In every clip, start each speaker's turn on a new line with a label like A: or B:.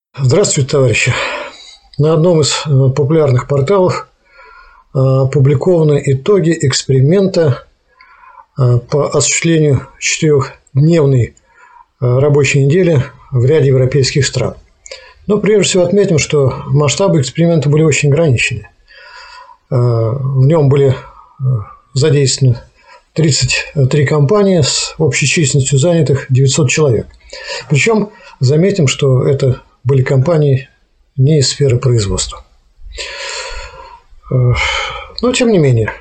A: Здравствуйте, товарищи! На одном из популярных порталов опубликованы итоги эксперимента по осуществлению 4-дневной рабочей недели в ряде европейских стран. Но прежде всего отметим, что масштабы эксперимента были очень ограничены. В нем были задействованы 33 компании с общей численностью занятых 900 человек. Причем заметим, что это были компании не из сферы производства. Но тем не менее,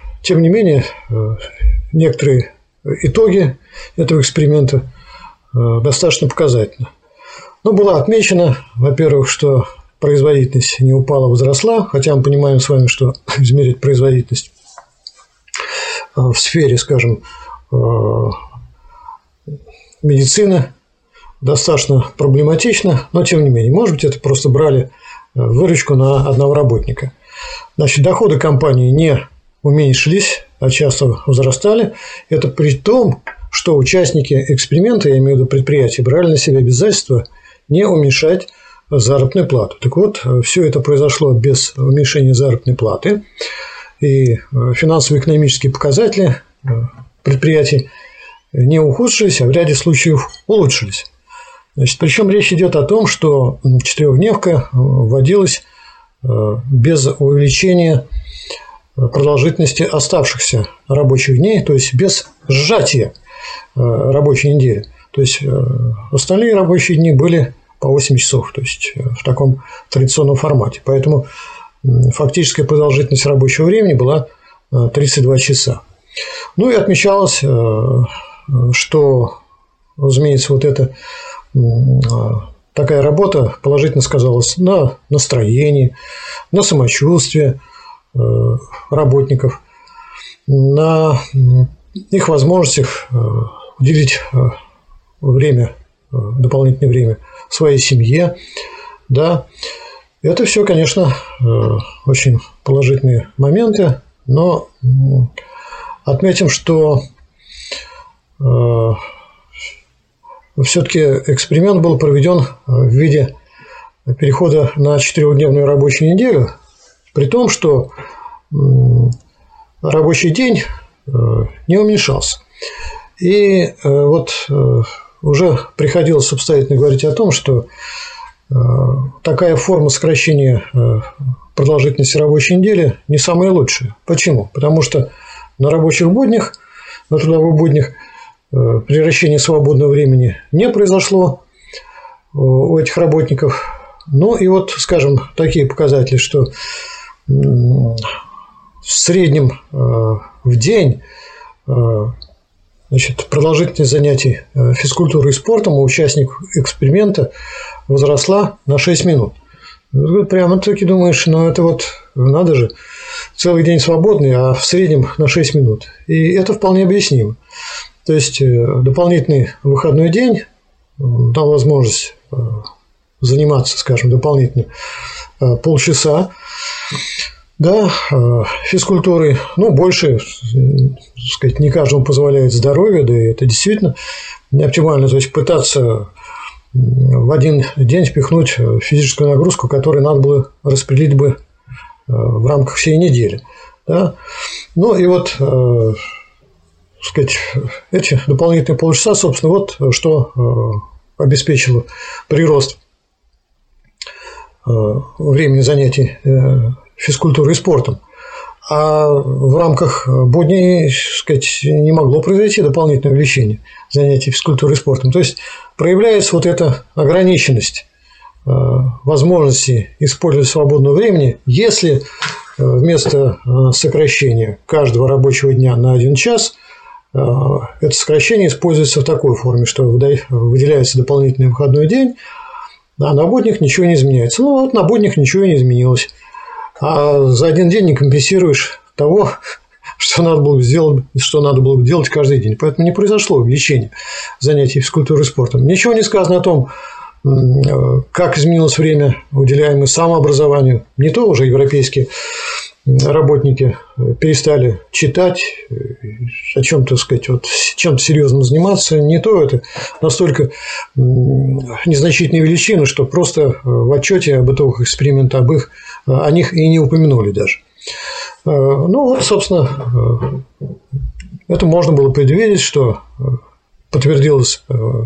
A: некоторые итоги этого эксперимента достаточно показательны. Но было отмечено, во-первых, что производительность не упала, возросла, хотя мы понимаем с вами, что измерить производительность в сфере, скажем, медицины достаточно проблематично, но тем не менее, может быть, это просто брали выручку на одного работника. Значит, доходы компании не уменьшились, а часто возрастали. Это при том, что участники эксперимента, я имею в виду предприятия, брали на себя обязательство не уменьшать заработную плату. Так вот, все это произошло без уменьшения заработной платы, и финансово-экономические показатели предприятий не ухудшились, а в ряде случаев улучшились. Значит, причем речь идет о том, что 4-дневка вводилась без увеличения продолжительности оставшихся рабочих дней, то есть без сжатия рабочей недели. То есть остальные рабочие дни были по 8 часов, то есть в таком традиционном формате. Поэтому фактическая продолжительность рабочего времени была 32 часа. Ну и отмечалось, что, разумеется, вот эта такая работа положительно сказалась на настроении, на самочувствии работников, на их возможностях уделить дополнительное время своей семье. Да. Это все, конечно, очень положительные моменты, но отметим, что все-таки эксперимент был проведен в виде перехода на 4-дневную рабочую неделю, при том, что рабочий день не уменьшался. И вот уже приходилось обстоятельно говорить о том, что такая форма сокращения продолжительности рабочей недели не самая лучшая. Почему? Потому что на рабочих буднях, на трудовых буднях превращение свободного времени не произошло у этих работников. Ну и вот, скажем, такие показатели, что в среднем в день продолжительность занятий физкультурой и спортом у участников эксперимента возросла на 6 минут. Прямо-таки думаешь, это вот надо же, целый день свободный, а в среднем на 6 минут. И это вполне объяснимо. То есть дополнительный выходной день дал возможность заниматься, скажем, дополнительно полчаса, да, физкультурой. Больше, так сказать, не каждому позволяет здоровье, да и это действительно не оптимально. То есть пытаться в один день впихнуть физическую нагрузку, которую надо было распределить бы в рамках всей недели. Да. Ну и вот, сказать, эти дополнительные полчаса, собственно, вот что обеспечило прирост времени занятий физкультурой и спортом. А в рамках будней, сказать, не могло произойти дополнительное увеличение занятий физкультурой и спортом. То есть проявляется вот эта ограниченность возможности использовать свободного времени, если вместо сокращения каждого рабочего дня на 1 час это сокращение используется в такой форме, что выделяется дополнительный выходной день, а на буднях ничего не изменяется. Вот на буднях ничего не изменилось. А за один день не компенсируешь того, что надо было делать каждый день. Поэтому не произошло увеличение занятий физкультурой и спортом. Ничего не сказано о том, как изменилось время, уделяемое самообразованию. Не то уже европейские работники перестали читать, о чем-то, сказать, вот, чем-то серьезным заниматься, не то это настолько незначительные величины, что просто в отчете об итогах эксперимента о них и не упомянули даже. Ну, вот, собственно, это можно было предвидеть, что подтвердилось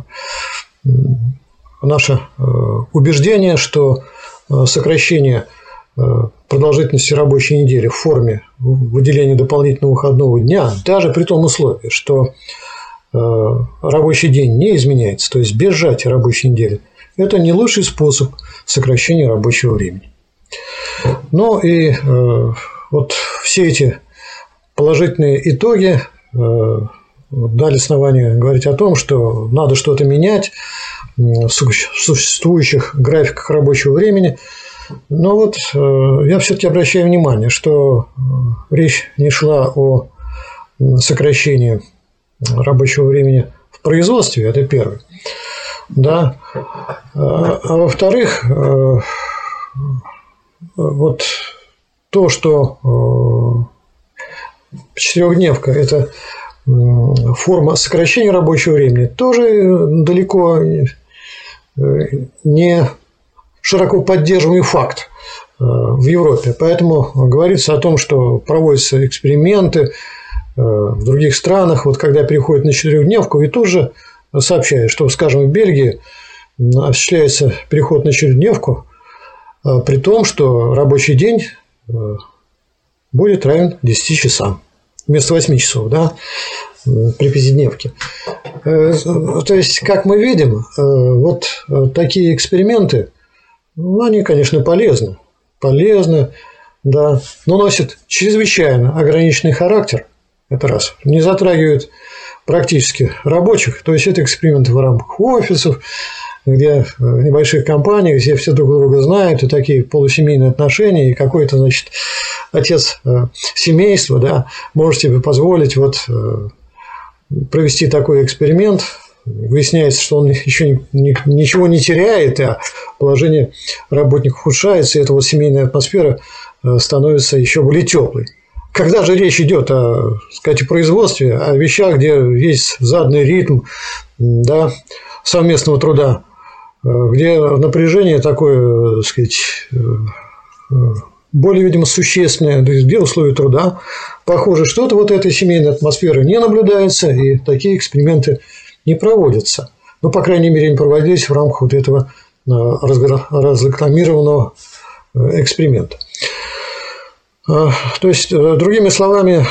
A: наше убеждение, что сокращение продолжительности рабочей недели в форме выделения дополнительного выходного дня, даже при том условии, что рабочий день не изменяется, то есть без сжатия рабочей недели, это не лучший способ сокращения рабочего времени. Ну и вот все эти положительные итоги дали основание говорить о том, что надо что-то менять в существующих графиках рабочего времени. Но вот я все-таки обращаю внимание, что речь не шла о сокращении рабочего времени в производстве, это первое. Да. А во-вторых, вот то, что четырехдневка – это форма сокращения рабочего времени, тоже далеко не широко поддерживаемый факт в Европе. Поэтому говорится о том, что проводятся эксперименты в других странах, вот когда переходят на четырехдневку, и тут же сообщают, что, скажем, в Бельгии осуществляется переход на четырехдневку, при том, что рабочий день будет равен 10 часам вместо 8 часов, да, при пятидневке. То есть, как мы видим, вот такие эксперименты, ну, они, конечно, полезны, да, но носят чрезвычайно ограниченный характер, это раз, не затрагивают практически рабочих, то есть, это эксперименты в рамках офисов, где в небольших компаниях, где все друг друга знают, и такие полусемейные отношения, и какой-то, значит, отец семейства, да, может себе позволить вот провести такой эксперимент. Выясняется, что он еще ничего не теряет, а положение работников ухудшается, и эта вот семейная атмосфера становится еще более теплой. Когда же речь идет о, сказать, производстве, о вещах, где есть заданный ритм, да, совместного труда, где напряжение такое, так сказать, более, видимо, существенное, где условия труда, похоже, что-то вот этой семейной атмосферы не наблюдается, и такие эксперименты не проводятся. Ну, по крайней мере, не проводились в рамках вот этого разрекламированного эксперимента. То есть, другими словами,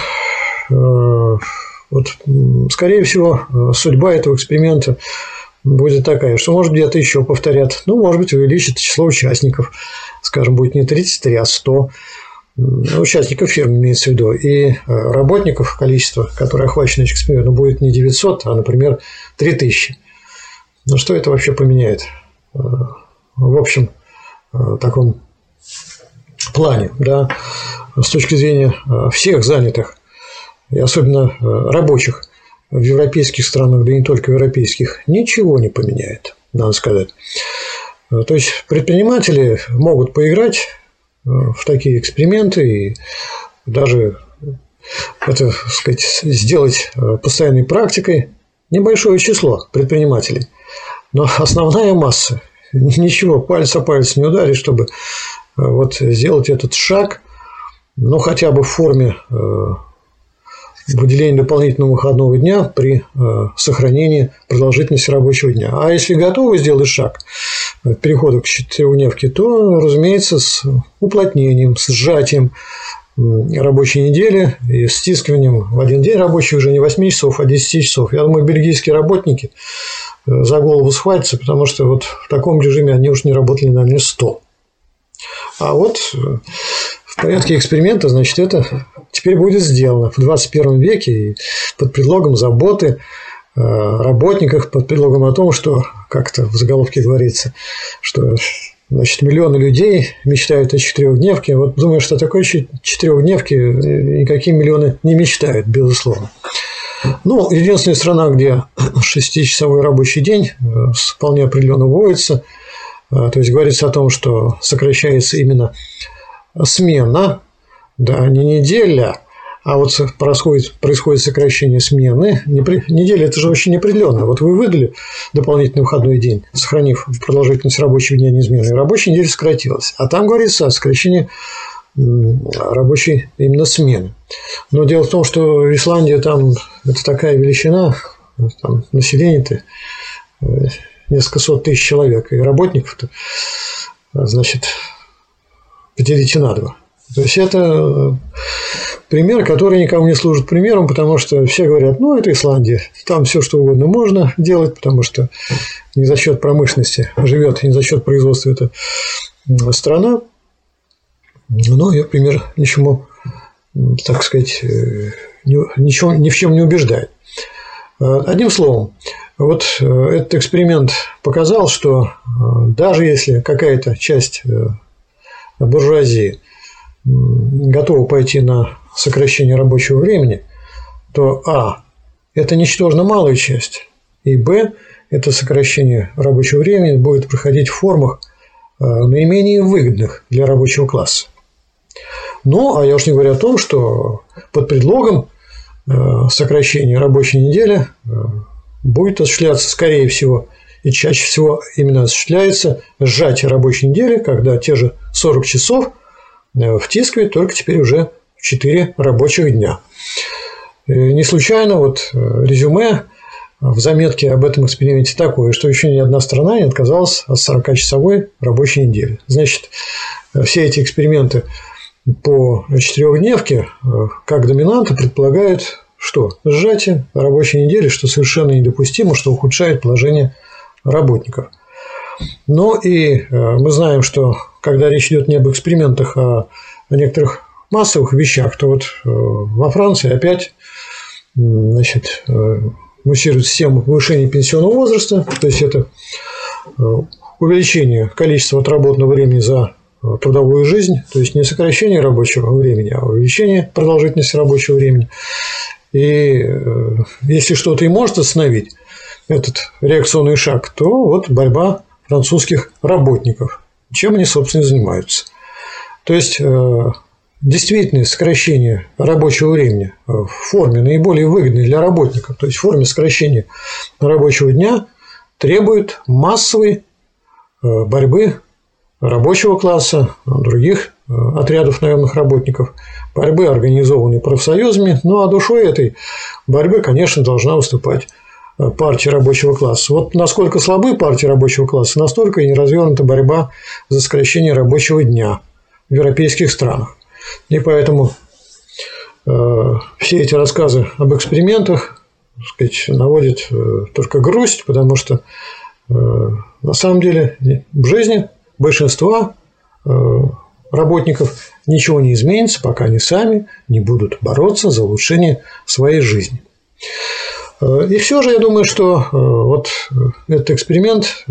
A: вот, скорее всего, судьба этого эксперимента будет такая, что, может, где-то еще повторят, ну, может быть, увеличат число участников, скажем, будет не 33, а 100 участников фирмы, имеется в виду, и работников, количество, которое охвачено этим экспериментом, будет не 900, а, например, 3000. Ну, что это вообще поменяет в общем таком плане, да, с точки зрения всех занятых, и особенно рабочих в европейских странах, да и не только в европейских, ничего не поменяет, надо сказать. То есть, предприниматели могут поиграть в такие эксперименты и даже это, так сказать, сделать постоянной практикой небольшое число предпринимателей. Но основная масса ничего, палец о палец не ударит, чтобы вот сделать этот шаг, ну, хотя бы в форме выделения дополнительного выходного дня при сохранении продолжительности рабочего дня. А если готовы сделать шаг перехода к четырехдневке, то, разумеется, с уплотнением, с сжатием рабочей недели и стискиванием в один день рабочий уже не 8 часов, а 10 часов. Я думаю, бельгийские работники за голову схватятся, потому что вот в таком режиме они уж не работали, наверное, 100. А вот в порядке эксперимента, значит, это теперь будет сделано в 21 веке и под предлогом заботы о работниках, под предлогом о том, что, как-то в заголовке говорится, что, значит, миллионы людей мечтают о четырехдневке. Вот думаю, что о такой четырехдневке никакие миллионы не мечтают, безусловно. Ну, единственная страна, где 6-часовой рабочий день вполне определенно вводится, то есть говорится о том, что сокращается именно смена, да, не неделя, а вот происходит сокращение смены. Неделя – это же очень неопределенно. Вот вы выдали дополнительный выходной день, сохранив продолжительность рабочего дня неизменной, рабочая неделя сократилась. А там говорится о сокращении рабочей именно смены. Но дело в том, что Исландия там это такая величина, там население-то несколько сот тысяч человек, и работников-то, значит, поделите на 2. То есть это пример, который никому не служит примером, потому что все говорят, ну, это Исландия, там все что угодно можно делать, потому что не за счет промышленности живет, не за счет производства эта страна. Но ее пример ничему, так сказать, ни в чем не убеждает. Одним словом, вот этот эксперимент показал, что даже если какая-то часть буржуазии готова пойти на сокращение рабочего времени, то это ничтожно малая часть, и это сокращение рабочего времени будет проходить в формах наименее выгодных для рабочего класса. Ну, а я уж не говорю о том, что под предлогом сокращения рабочей недели будет осуществляться, скорее всего, и чаще всего именно осуществляется сжатие рабочей недели, когда те же 40 часов втискивают только теперь уже в 4 рабочих дня. И не случайно вот резюме в заметке об этом эксперименте такое, что еще ни одна страна не отказалась от 40-часовой рабочей недели. Значит, все эти эксперименты по 4-дневке как доминанта предполагают что? Сжатие рабочей недели, что совершенно недопустимо, что ухудшает положение работников. Но и мы знаем, что когда речь идет не об экспериментах, а о некоторых массовых вещах, то вот во Франции опять, значит, муссирует систему повышения пенсионного возраста, то есть это увеличение количества отработанного времени за трудовую жизнь, то есть не сокращение рабочего времени, а увеличение продолжительности рабочего времени. И если что-то и может остановить этот реакционный шаг, то вот борьба французских работников, чем они, собственно, и занимаются. То есть действительно сокращение рабочего времени в форме наиболее выгодной для работников, то есть в форме сокращения рабочего дня, требует массовой борьбы рабочего класса, других отрядов наемных работников, борьбы, организованной профсоюзами. Ну а душой этой борьбы, конечно, должна выступать партия рабочего класса. Вот насколько слабы партии рабочего класса, настолько и не развернута борьба за сокращение рабочего дня в европейских странах. И поэтому все эти рассказы об экспериментах, так сказать, наводят только грусть, потому что на самом деле в жизни большинства работников ничего не изменится, пока они сами не будут бороться за улучшение своей жизни. И все же я думаю, что вот этот эксперимент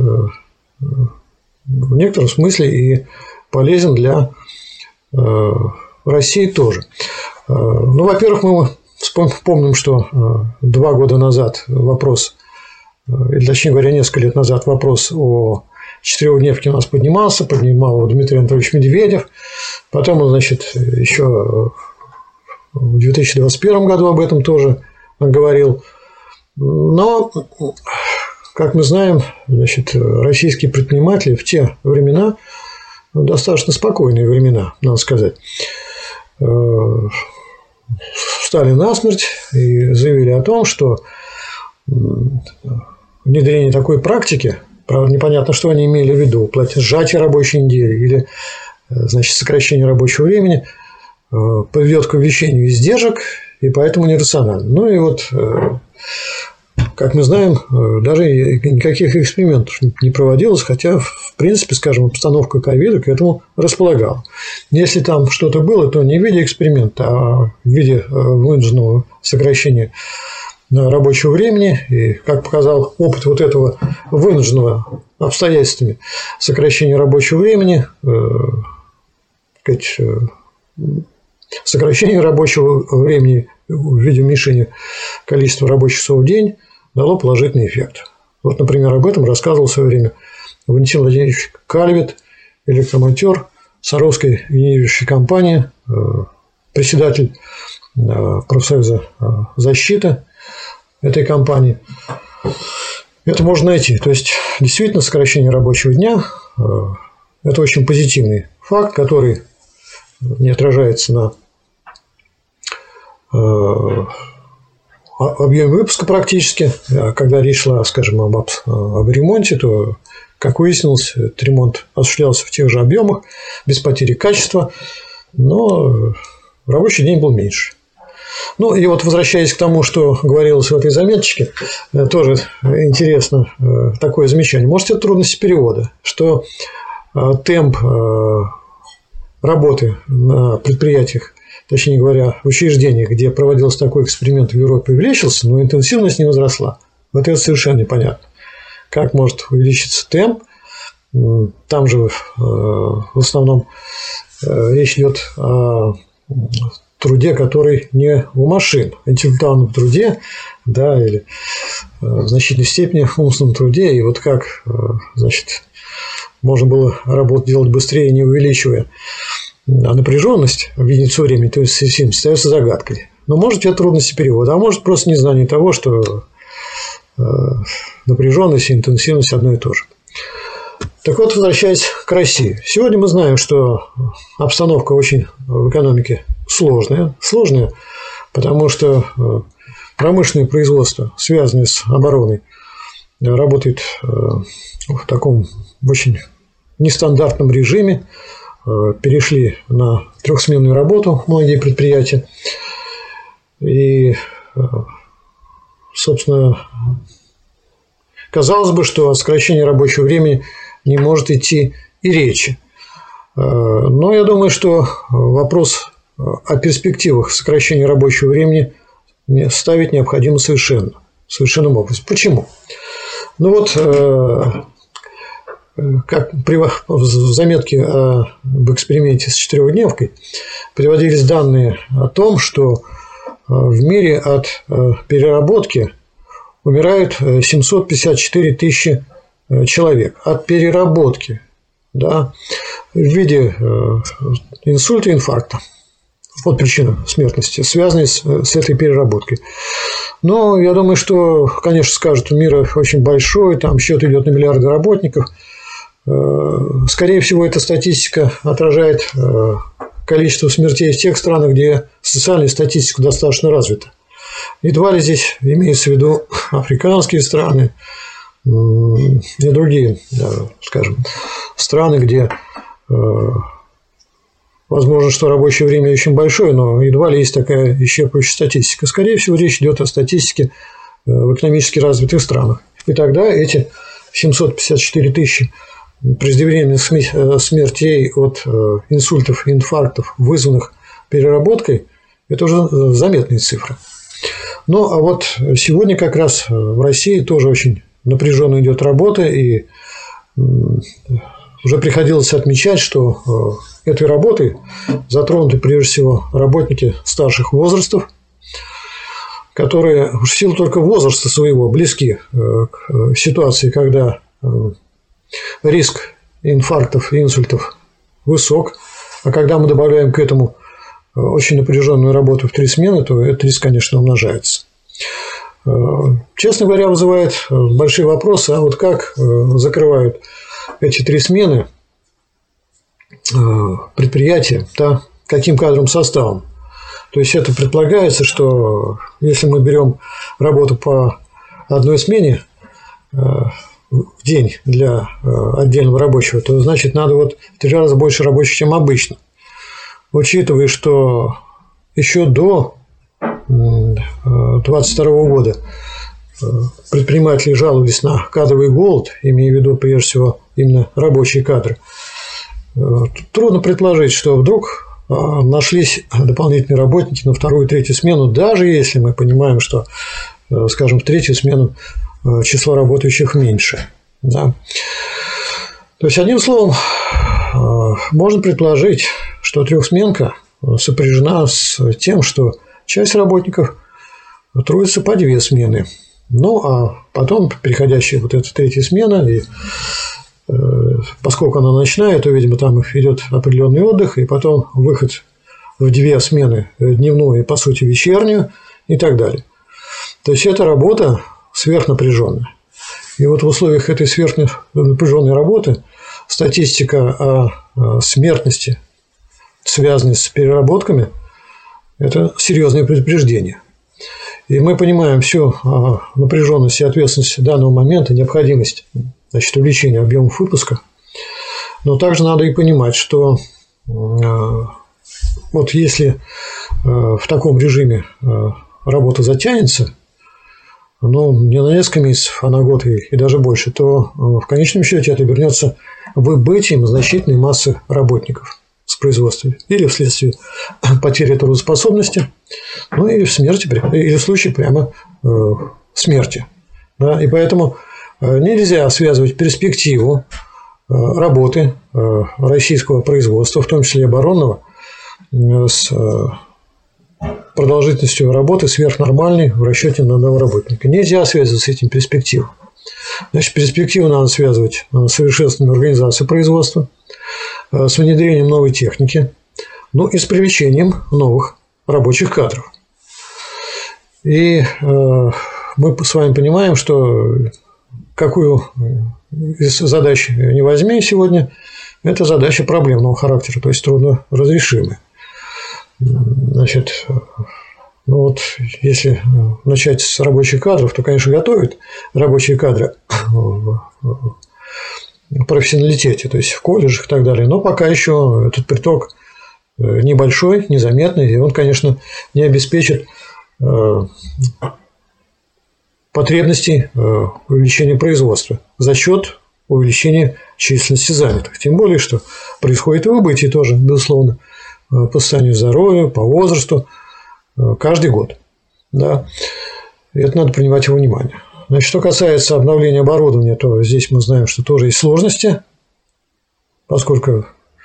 A: в некотором смысле и полезен для России тоже. Ну, во-первых, мы помним, что 2 года назад вопрос, или точнее говоря, несколько лет назад вопрос о 4-дневке у нас поднимал его Дмитрий Анатольевич Медведев. Потом он, значит, еще в 2021 году об этом тоже говорил. Но, как мы знаем, значит, российские предприниматели в те времена, достаточно спокойные времена, надо сказать, встали насмерть и заявили о том, что внедрение такой практики, правда, непонятно, что они имели в виду, сжатие рабочей недели или, значит, сокращение рабочего времени, поведет к увеличению издержек и поэтому нерационально. Ну и вот, как мы знаем, даже никаких экспериментов не проводилось, хотя, в принципе, скажем, обстановка ковида к этому располагала. Если там что-то было, то не в виде эксперимента, а в виде вынужденного сокращения рабочего времени. И, как показал опыт вот этого вынужденного обстоятельствами сокращения рабочего времени, сокращение рабочего времени в виде уменьшения количества рабочих часов в день дало положительный эффект. Вот, например, об этом рассказывал в свое время Валентин Владимирович Кальвит, электромонтер Саровской генерирующей компании, председатель профсоюза защиты этой компании. Это можно найти. То есть, действительно, сокращение рабочего дня – это очень позитивный факт, который не отражается на объеме выпуска практически. Когда речь шла, скажем, об ремонте, то, как выяснилось, этот ремонт осуществлялся в тех же объемах, без потери качества, но рабочий день был меньше. Ну, и вот, возвращаясь к тому, что говорилось в этой заметочке, тоже интересно такое замечание. Может, это трудности перевода, что темп работы на предприятиях, точнее говоря, в учреждениях, где проводился такой эксперимент в Европе, увеличился, но интенсивность не возросла. Вот это совершенно непонятно. Как может увеличиться темп? Там же в основном речь идет о труде, который не у машин, интеллектуальном труде, да, или в значительной степени умственном труде. И вот как, значит, можно было работу делать быстрее, не увеличивая напряженность в единицу времени, то есть остается загадкой. Но может это трудности перевода, а может просто незнание того, что напряженность и интенсивность одно и то же. Так вот, возвращаясь к России. Сегодня мы знаем, что обстановка очень в экономике сложная, потому что промышленное производство, связанное с обороной, работает в таком очень нестандартном режиме. Перешли на трехсменную работу многие предприятия. И, собственно, казалось бы, что о сокращении рабочего времени не может идти и речи. Но я думаю, что вопрос о перспективах сокращения рабочего времени ставить необходимо совершенным образом. Почему? Ну вот, как в заметке об эксперименте с 4-дневкой приводились данные о том, что в мире от переработки умирают 754 тысячи человек. От переработки, да, в виде инсульта и инфаркта. Вот причина смертности, связанная с этой переработкой. Но я думаю, что, конечно, скажут, мир очень большой, там счет идет на миллиарды работников. Скорее всего, эта статистика отражает количество смертей в тех странах, где социальная статистика достаточно развита. Едва ли здесь имеется в виду африканские страны и другие, скажем, страны, где возможно, что рабочее время очень большое, но едва ли есть такая исчерпывающая статистика. Скорее всего, речь идет о статистике в экономически развитых странах. И тогда эти 754 тысячи преждевременных смертей от инсультов и инфарктов, вызванных переработкой, это уже заметные цифры. Ну, а вот сегодня как раз в России тоже очень напряженно идет работа, и уже приходилось отмечать, что этой работой затронуты прежде всего работники старших возрастов, которые в силу только возраста своего близки к ситуации, когда риск инфарктов и инсультов высок, а когда мы добавляем к этому очень напряженную работу в 3 смены, то этот риск, конечно, умножается. Честно говоря, вызывает большие вопросы, а вот как закрывают эти 3 смены предприятия, да, каким кадровым составом. То есть это предполагается, что если мы берем работу по одной смене в день для отдельного рабочего, то значит надо вот в 3 раза больше рабочих, чем обычно. Учитывая, что еще до 2022 года предприниматели жаловались на кадровый голод, имея в виду прежде всего именно рабочие кадры, трудно предположить, что вдруг нашлись дополнительные работники на 2-ю и 3-ю смену, даже если мы понимаем, что, скажем, в 3-ю смену число работающих меньше. Да. То есть, одним словом, можно предположить, что трехсменка сопряжена с тем, что часть работников трудится по 2 смены. Ну, а потом переходящая вот эта 3-я смена, и поскольку она ночная, то, видимо, там идет определенный отдых, и потом выход в 2 смены, дневную и, по сути, вечернюю и так далее. То есть, это работа сверхнапряженная. И вот в условиях этой сверхнапряженной работы статистика о смертности, связанной с переработками, это серьезное предупреждение. И мы понимаем всю напряженность и ответственность данного момента, необходимость, значит, увеличения объемов выпуска. Но также надо и понимать, что вот если в таком режиме работа затянется, ну, не на несколько месяцев, а на год и даже больше, то в конечном счете это обернется выбытием значительной массы работников с производства или вследствие потери трудоспособности, ну и в смерти, или в случае прямо смерти. Да? И поэтому нельзя связывать перспективу работы российского производства, в том числе и оборонного, с продолжительностью работы сверхнормальной в расчете на одного работника. Нельзя связывать с этим перспективу. Значит, перспективу надо связывать с совершенствованием организации производства, с внедрением новой техники, ну и с привлечением новых рабочих кадров. И мы с вами понимаем, что какую из задач не возьми сегодня, это задача проблемного характера, то есть трудно разрешимая. Значит, ну вот если начать с рабочих кадров, то, конечно, готовят рабочие кадры в профессионалитете, то есть в колледжах и так далее. Но пока еще этот приток небольшой, незаметный, и он, конечно, не обеспечит потребностей увеличения производства за счет увеличения численности занятых. Тем более, что происходит и выбытие тоже, безусловно, по состоянию здоровья, по возрасту, каждый год. Да. И это надо принимать во внимание. Значит, что касается обновления оборудования, то здесь мы знаем, что тоже есть сложности, поскольку,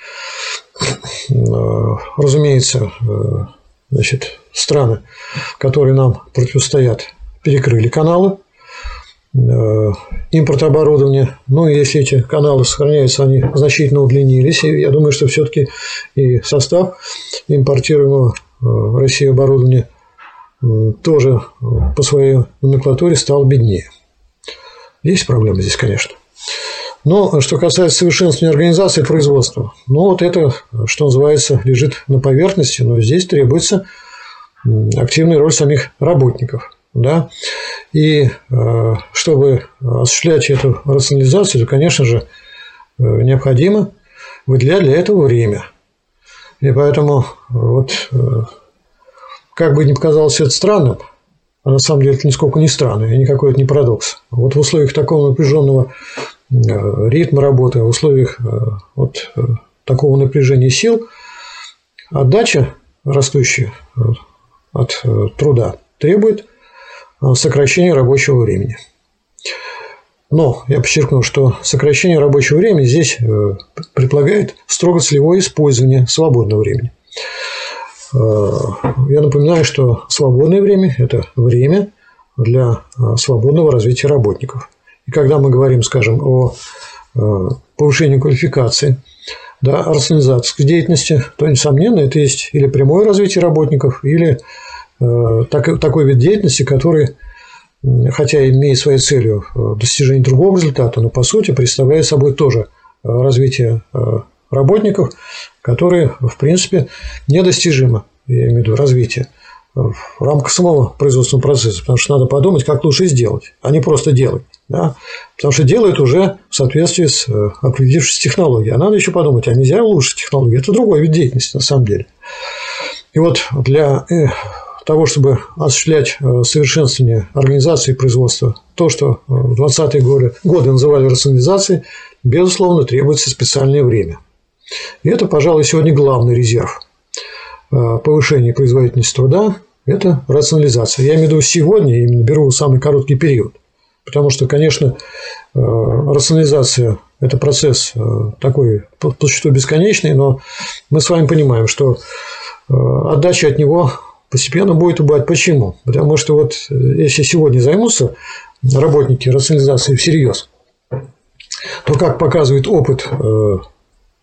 A: разумеется, значит, страны, которые нам противостоят, перекрыли каналы импорта оборудования. Ну, и если эти каналы сохраняются, они значительно удлинились. И я думаю, что все-таки и состав импортируемого в Россию оборудования тоже по своей номенклатуре стал беднее. Есть проблемы здесь, конечно. Но что касается совершенствования организации производства, ну, вот это, что называется, лежит на поверхности, но здесь требуется активная роль самих работников. Да? И чтобы осуществлять эту рационализацию, то, конечно же, необходимо выделять для этого время. И поэтому, вот, как бы ни показалось это странным, а на самом деле это нисколько не странно, и никакой это не парадокс. Вот в условиях такого напряженного ритма работы, в условиях вот такого напряжения сил, отдача, растущая от труда, требует сокращения рабочего времени. Но я подчеркну, что сокращение рабочего времени здесь предполагает строго целевое использование свободного времени. Я напоминаю, что свободное время – это время для свободного развития работников. И когда мы говорим, скажем, о повышении квалификации, да, о рационализации деятельности, то, несомненно, это есть или прямое развитие работников, или такой вид деятельности, который, хотя и имеет своей целью достижение другого результата, но по сути представляет собой тоже развитие работников, которые, в принципе, недостижимо, я имею в виду развитие, в рамках самого производственного процесса, потому что надо подумать, как лучше сделать, а не просто делать. Да? Потому что делают уже в соответствии с определившейся технологией. А надо еще подумать, а нельзя улучшить технологию? Это другой вид деятельности, на самом деле. И вот для того, чтобы осуществлять совершенствование организации производства, то, что в 20-е годы называли рационализацией, безусловно, требуется специальное время. И это, пожалуй, сегодня главный резерв повышения производительности труда – это рационализация. Я имею в виду сегодня, именно беру самый короткий период. Потому что, конечно, рационализация – это процесс такой, по существу, бесконечный, но мы с вами понимаем, что отдача от него постепенно будет убывать. Почему? Потому что вот если сегодня займутся работники рационализацией всерьез, то, как показывает опыт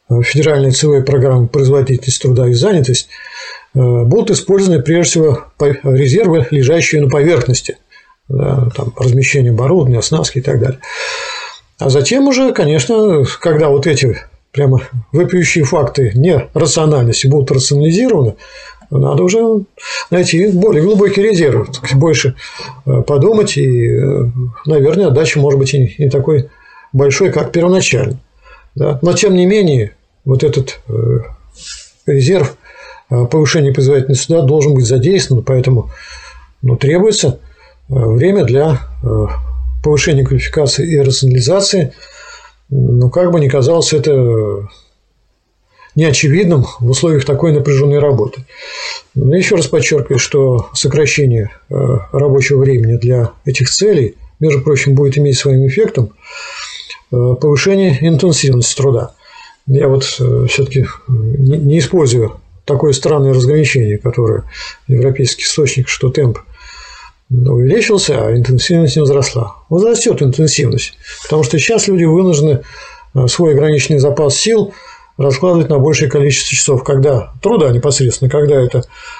A: федеральной целевой программы производительность труда и занятость, будут использованы прежде всего резервы, лежащие на поверхности, да, там, размещение оборудования, оснастки и так далее. А затем уже, конечно, когда вот эти прямо вопиющие факты нерациональности будут рационализированы, надо уже найти более глубокий резерв, больше подумать, и, наверное, отдача может быть и не такой большой, как первоначально. Да? Но, тем не менее, вот этот резерв повышения производительности труда должен быть задействован, поэтому требуется время для повышения квалификации и рационализации. Как бы ни казалось это неочевидным в условиях такой напряженной работы. Но еще раз подчеркиваю, что сокращение рабочего времени для этих целей, между прочим, будет иметь своим эффектом повышение интенсивности труда. Я вот все-таки не использую такое странное разграничение, которое европейский источник, что темп увеличился, а интенсивность не возросла. Возрастет интенсивность, потому что сейчас люди вынуждены свой ограниченный запас сил раскладывать на большее количество часов, когда труда непосредственно, когда это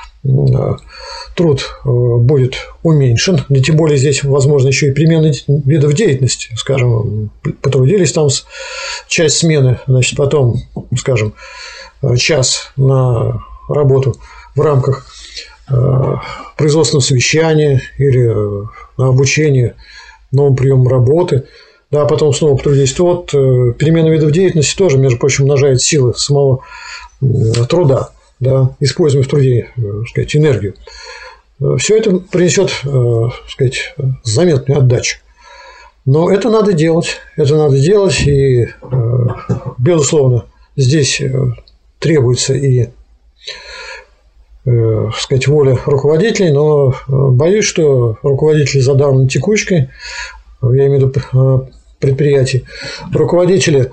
A: труд будет уменьшен, и тем более здесь, возможно, еще и перемена видов деятельности, скажем, потрудились там часть смены, значит, потом, скажем, час на работу в рамках производственного совещания или на обучение новым приемам работы, да, а потом снова потрудились, то вот перемена видов деятельности тоже, между прочим, умножает силы самого труда, да, используемой в труде, так сказать, энергию. Все это принесет, так сказать, заметную отдачу. Но это надо делать, и, безусловно, здесь требуется и, так сказать, воля руководителей, но боюсь, что руководители задавлены текучкой, я имею в виду предприятий, руководители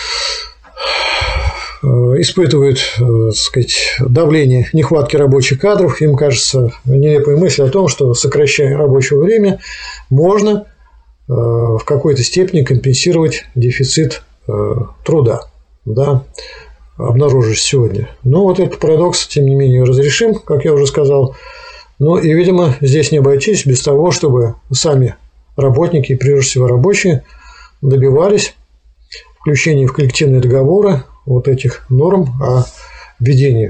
A: испытывают, так сказать, давление нехватки рабочих кадров. Им кажется нелепая мысль о том, что, сокращая рабочее время, можно в какой-то степени компенсировать дефицит труда, да, обнаружившийся сегодня. Но вот этот парадокс, тем не менее, разрешим, как я уже сказал. Ну и, видимо, здесь не обойтись без того, чтобы сами работники, прежде всего рабочие, добивались включения в коллективные договоры вот этих норм о введении,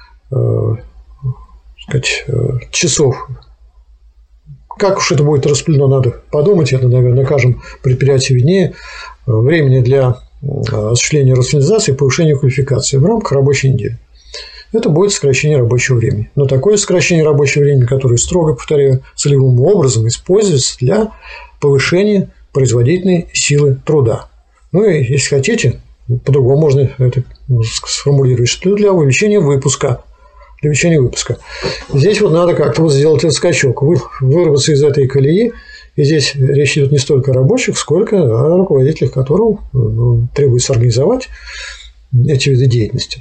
A: сказать, часов. Как уж это будет распределено, надо подумать, это, наверное, на каждом предприятии виднее, времени для осуществления рационализации и повышения квалификации в рамках рабочей недели. Это будет сокращение рабочего времени. Но такое сокращение рабочего времени, которое, строго повторяю, целевым образом используется для повышения производительной силы труда. Ну и, если хотите, по-другому можно это сформулировать, что для увеличения выпуска. Здесь вот надо как-то вот сделать этот скачок, вырваться из этой колеи. И здесь речь идет не столько о рабочих, сколько о руководителях, которым требуется организовать эти виды деятельности.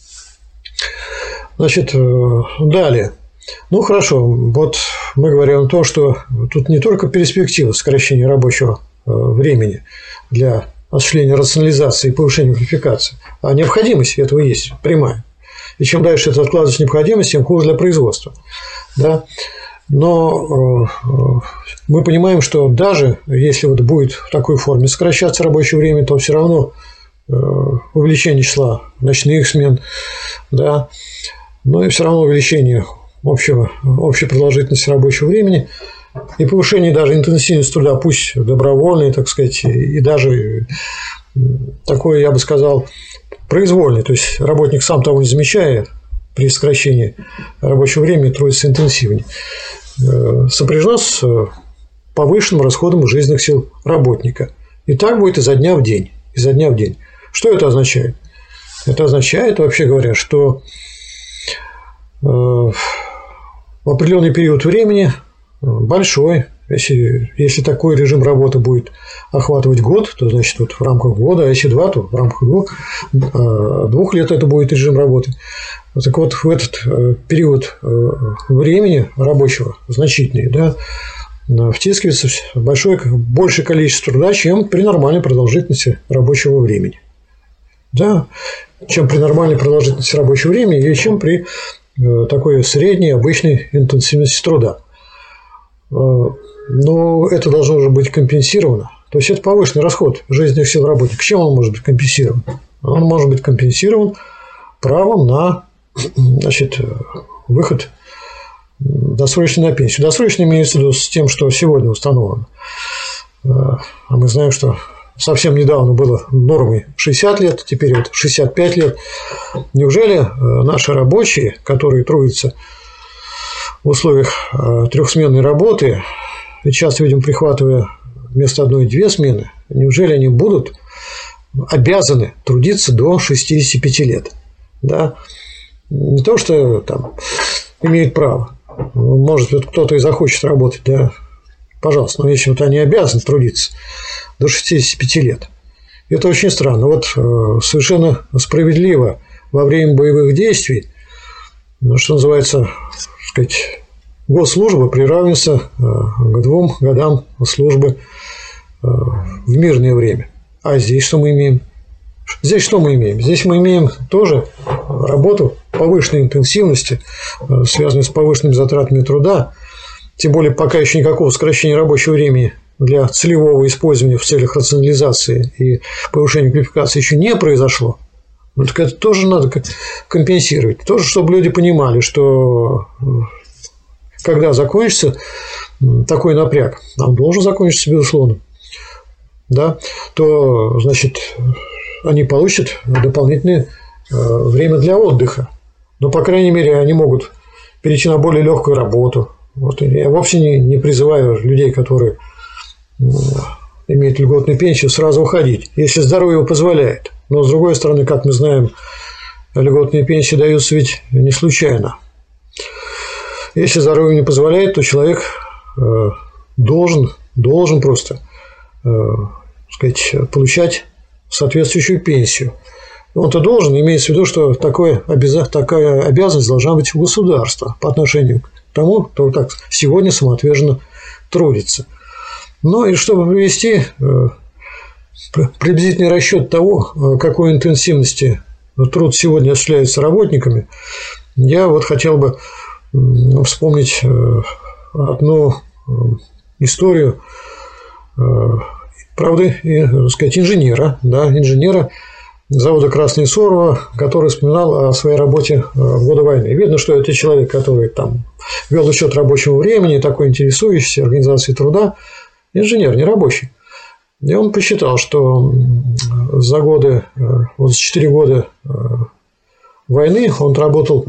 A: Значит, далее. Ну, хорошо, вот мы говорим о том, что тут не только перспектива сокращения рабочего времени для осуществления рационализации и повышения квалификации, а необходимость этого есть прямая. И чем дальше это откладывается необходимость, тем хуже для производства. Да? Но мы понимаем, что даже если вот будет в такой форме сокращаться рабочее время, то все равно увеличение числа ночных смен, да, но и все равно увеличение общей продолжительности рабочего времени и повышение даже интенсивности труда, пусть добровольной, так сказать, и даже такое, я бы сказал, произвольное. То есть работник, сам того не замечая, при сокращении рабочего времени трудится интенсивнее, сопряжено с повышенным расходом жизненных сил работника. И так будет изо дня в день. Что это означает? Это означает, вообще говоря, что в определенный период времени большой, если такой режим работы будет охватывать год, то значит вот в рамках года, а если 2, то в рамках 2 лет это будет режим работы. Так вот, в этот период времени рабочего значительный, да, втискивается большое количество труда, чем при нормальной продолжительности рабочего времени. да, чем при нормальной продолжительности рабочего времени или чем при такой средней обычной интенсивности труда. Но это должно уже быть компенсировано. То есть это повышенный расход жизненных сил работника. Чем он может быть компенсирован? Он может быть компенсирован правом на, значит, выход досрочно на пенсию. Досрочно имеется в виду с тем, что сегодня установлено. А мы знаем, что совсем недавно было нормой 60 лет, теперь вот 65 лет. Неужели наши рабочие, которые трудятся в условиях трехсменной работы, и часто, видимо, прихватывая вместо одной 2 смены, неужели они будут обязаны трудиться до 65 лет? Да? Не то, что там имеют право. Может, вот кто-то и захочет работать, да, пожалуйста, но если вот они обязаны трудиться до 65 лет. Это очень странно. Вот совершенно справедливо во время боевых действий, что называется, так сказать, госслужба приравнивается к 2 годам службы в мирное время. А здесь что мы имеем? Здесь что мы имеем? Здесь мы имеем тоже работу повышенной интенсивности, связанную с повышенными затратами труда. Тем более, пока еще никакого сокращения рабочего времени для целевого использования в целях рационализации и повышения квалификации еще не произошло. Ну, так это тоже надо компенсировать. Тоже, чтобы люди понимали, что когда закончится такой напряг, он должен закончиться, безусловно, да, то, значит, они получат дополнительное время для отдыха. Но, по крайней мере, они могут перейти на более легкую работу. Вот. Я вовсе не призываю людей, которые имеют льготную пенсию, сразу уходить, если здоровье его позволяет. Но, с другой стороны, как мы знаем, льготные пенсии даются ведь не случайно. Если здоровье не позволяет, то человек должен просто, сказать, получать соответствующую пенсию. Он-то должен, имеется в виду, что такая обязанность должна быть у государства по отношению к тому, кто так сегодня самоотверженно трудится. Ну и чтобы привести приблизительный расчет того, какой интенсивности труд сегодня осуществляется работниками, я вот хотел бы вспомнить одну историю, правда, так сказать, инженера завода «Красное Сорово», который вспоминал о своей работе в годы войны. Видно, что это человек, который там вел учет рабочего времени, такой интересующийся организацией труда, инженер, не рабочий. И он посчитал, что за 4 года войны он работал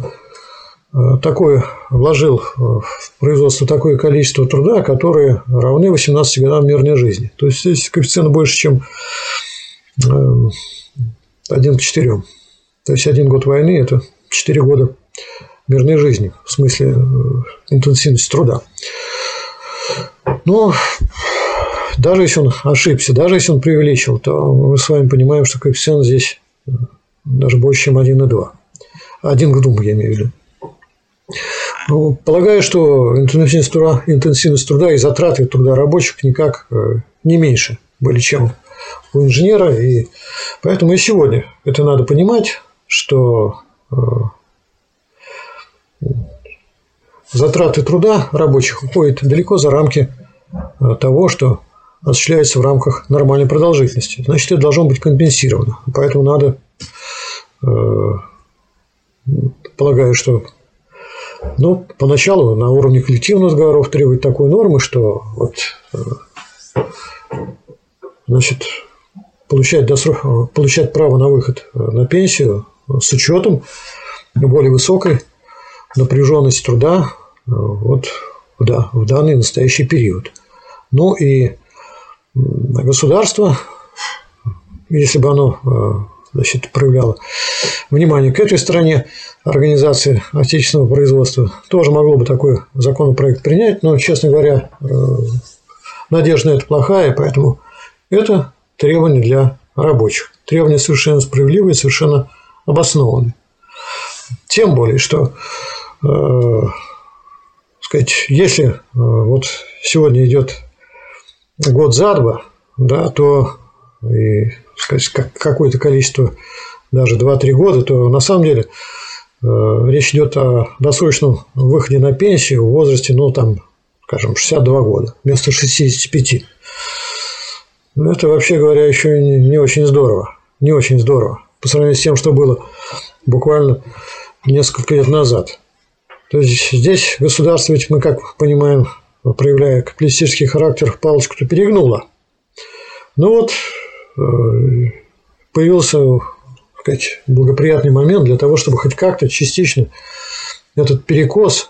A: вложил в производство такое количество труда, которое равны 18 годам мирной жизни. То есть здесь коэффициент больше, чем 1 к 4. То есть 1 год войны – это 4 года мирной жизни, в смысле интенсивности труда. Но даже если он ошибся, даже если он преувеличил, то мы с вами понимаем, что коэффициент здесь даже больше, чем 1,2. 1 к 2, я имею в виду. Полагаю, что интенсивность труда и затраты труда рабочих никак не меньше были, чем у инженера. И поэтому и сегодня это надо понимать, что затраты труда рабочих уходят далеко за рамки того, что осуществляется в рамках нормальной продолжительности. Значит, это должно быть компенсировано. Поэтому надо, полагаю, что поначалу на уровне коллективных договоров требовать такой нормы, что вот, значит, получать право на выход на пенсию с учетом более высокой напряженности труда в данный настоящий период. Ну и государство, если бы оно, значит, проявляло внимание к этой стороне организации отечественного производства, тоже могло бы такой законопроект принять, но, честно говоря, надежда на это плохая, поэтому это требования для рабочих. Требования совершенно справедливые, совершенно обоснованные. Тем более, что, сказать, если вот сегодня идет год за два, да, то и, сказать, какое-то количество даже 2-3 года, то на самом деле речь идет о досрочном выходе на пенсию в возрасте, скажем, 62 года вместо 65. Это, вообще говоря, еще не очень здорово. Не очень здорово. По сравнению с тем, что было буквально несколько лет назад. То есть здесь государство, ведь мы, как понимаем, проявляя капиталистический характер, палочку-то перегнуло. Появился, так сказать, благоприятный момент для того, чтобы хоть как-то частично этот перекос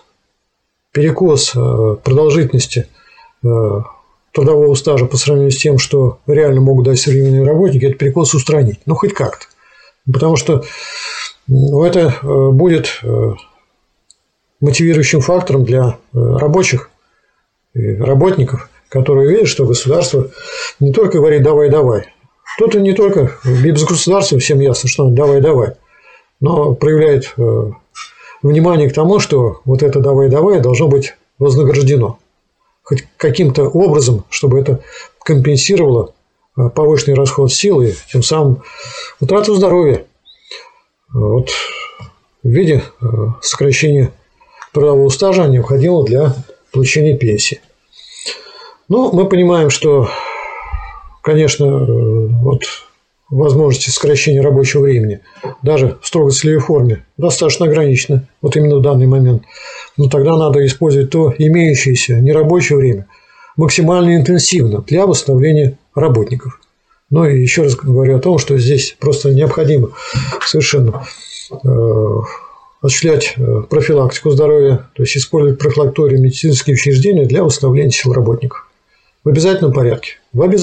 A: продолжительности трудового стажа по сравнению с тем, что реально могут дать современные работники, этот перекос устранить. Хоть как-то. Потому что это будет мотивирующим фактором для рабочих и работников, которые видят, что государство не только говорит «давай-давай». Тут и не только без государства всем ясно, что «давай-давай», но проявляет внимание к тому, что вот это «давай-давай» должно быть вознаграждено. Хоть каким-то образом, чтобы это компенсировало повышенный расход сил и тем самым утрату здоровья. В виде сокращения трудового стажа необходимого для получения пенсии. Мы понимаем, что, конечно, возможности сокращения рабочего времени даже в строго целевой форме достаточно ограничены, именно в данный момент. Но тогда надо использовать то имеющееся нерабочее время максимально интенсивно для восстановления работников. И еще раз говорю о том, что здесь просто необходимо совершенно осуществлять профилактику здоровья, то есть использовать профилакторию медицинские учреждения для восстановления сил работников. В обязательном порядке,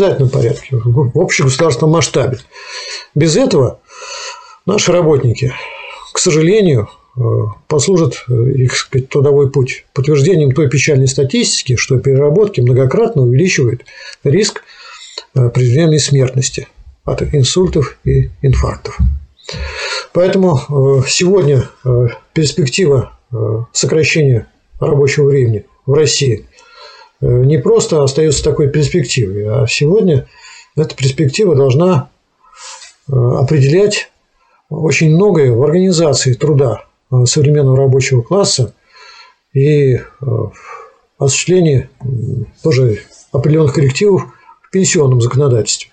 A: в общегосударственном масштабе. Без этого наши работники, к сожалению, послужат их трудовой путь подтверждением той печальной статистики, что переработки многократно увеличивают риск преждевременной смертности от инсультов и инфарктов. Поэтому сегодня перспектива сокращения рабочего времени в России не просто остается такой перспективой, а сегодня эта перспектива должна определять очень многое в организации труда современного рабочего класса и осуществлении тоже определенных коррективов в пенсионном законодательстве.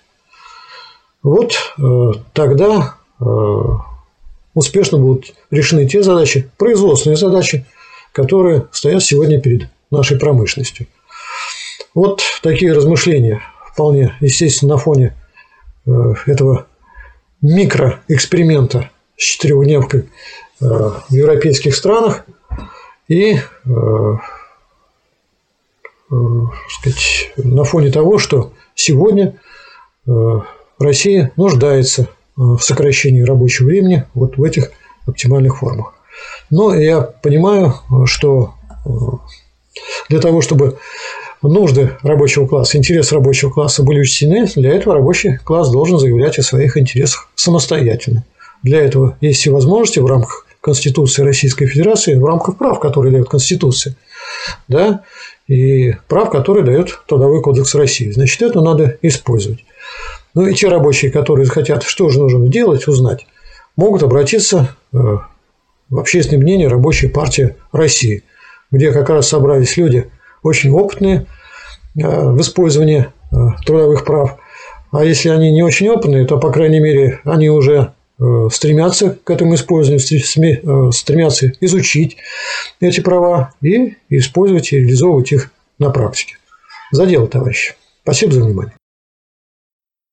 A: Тогда успешно будут решены те задачи, производственные задачи, которые стоят сегодня перед нашей промышленностью. Такие размышления вполне естественно на фоне этого микроэксперимента с четырехдневкой в европейских странах и на фоне того, что сегодня Россия нуждается в сокращении рабочего времени в этих оптимальных формах. Но я понимаю, что для того, чтобы нужды рабочего класса, интересы рабочего класса были учтены, для этого рабочий класс должен заявлять о своих интересах самостоятельно. Для этого есть все возможности в рамках Конституции Российской Федерации, в рамках прав, которые дает Конституция, и прав, которые дает Трудовой кодекс России. Значит, это надо использовать. И те рабочие, которые захотят, что же нужно делать, узнать, могут обратиться в общественное мнение Рабочей партии России, где как раз собрались люди очень опытные в использовании трудовых прав. А если они не очень опытные, то, по крайней мере, они уже стремятся к этому использованию, стремятся изучить эти права и использовать и реализовывать их на практике. За дело, товарищи. Спасибо за внимание.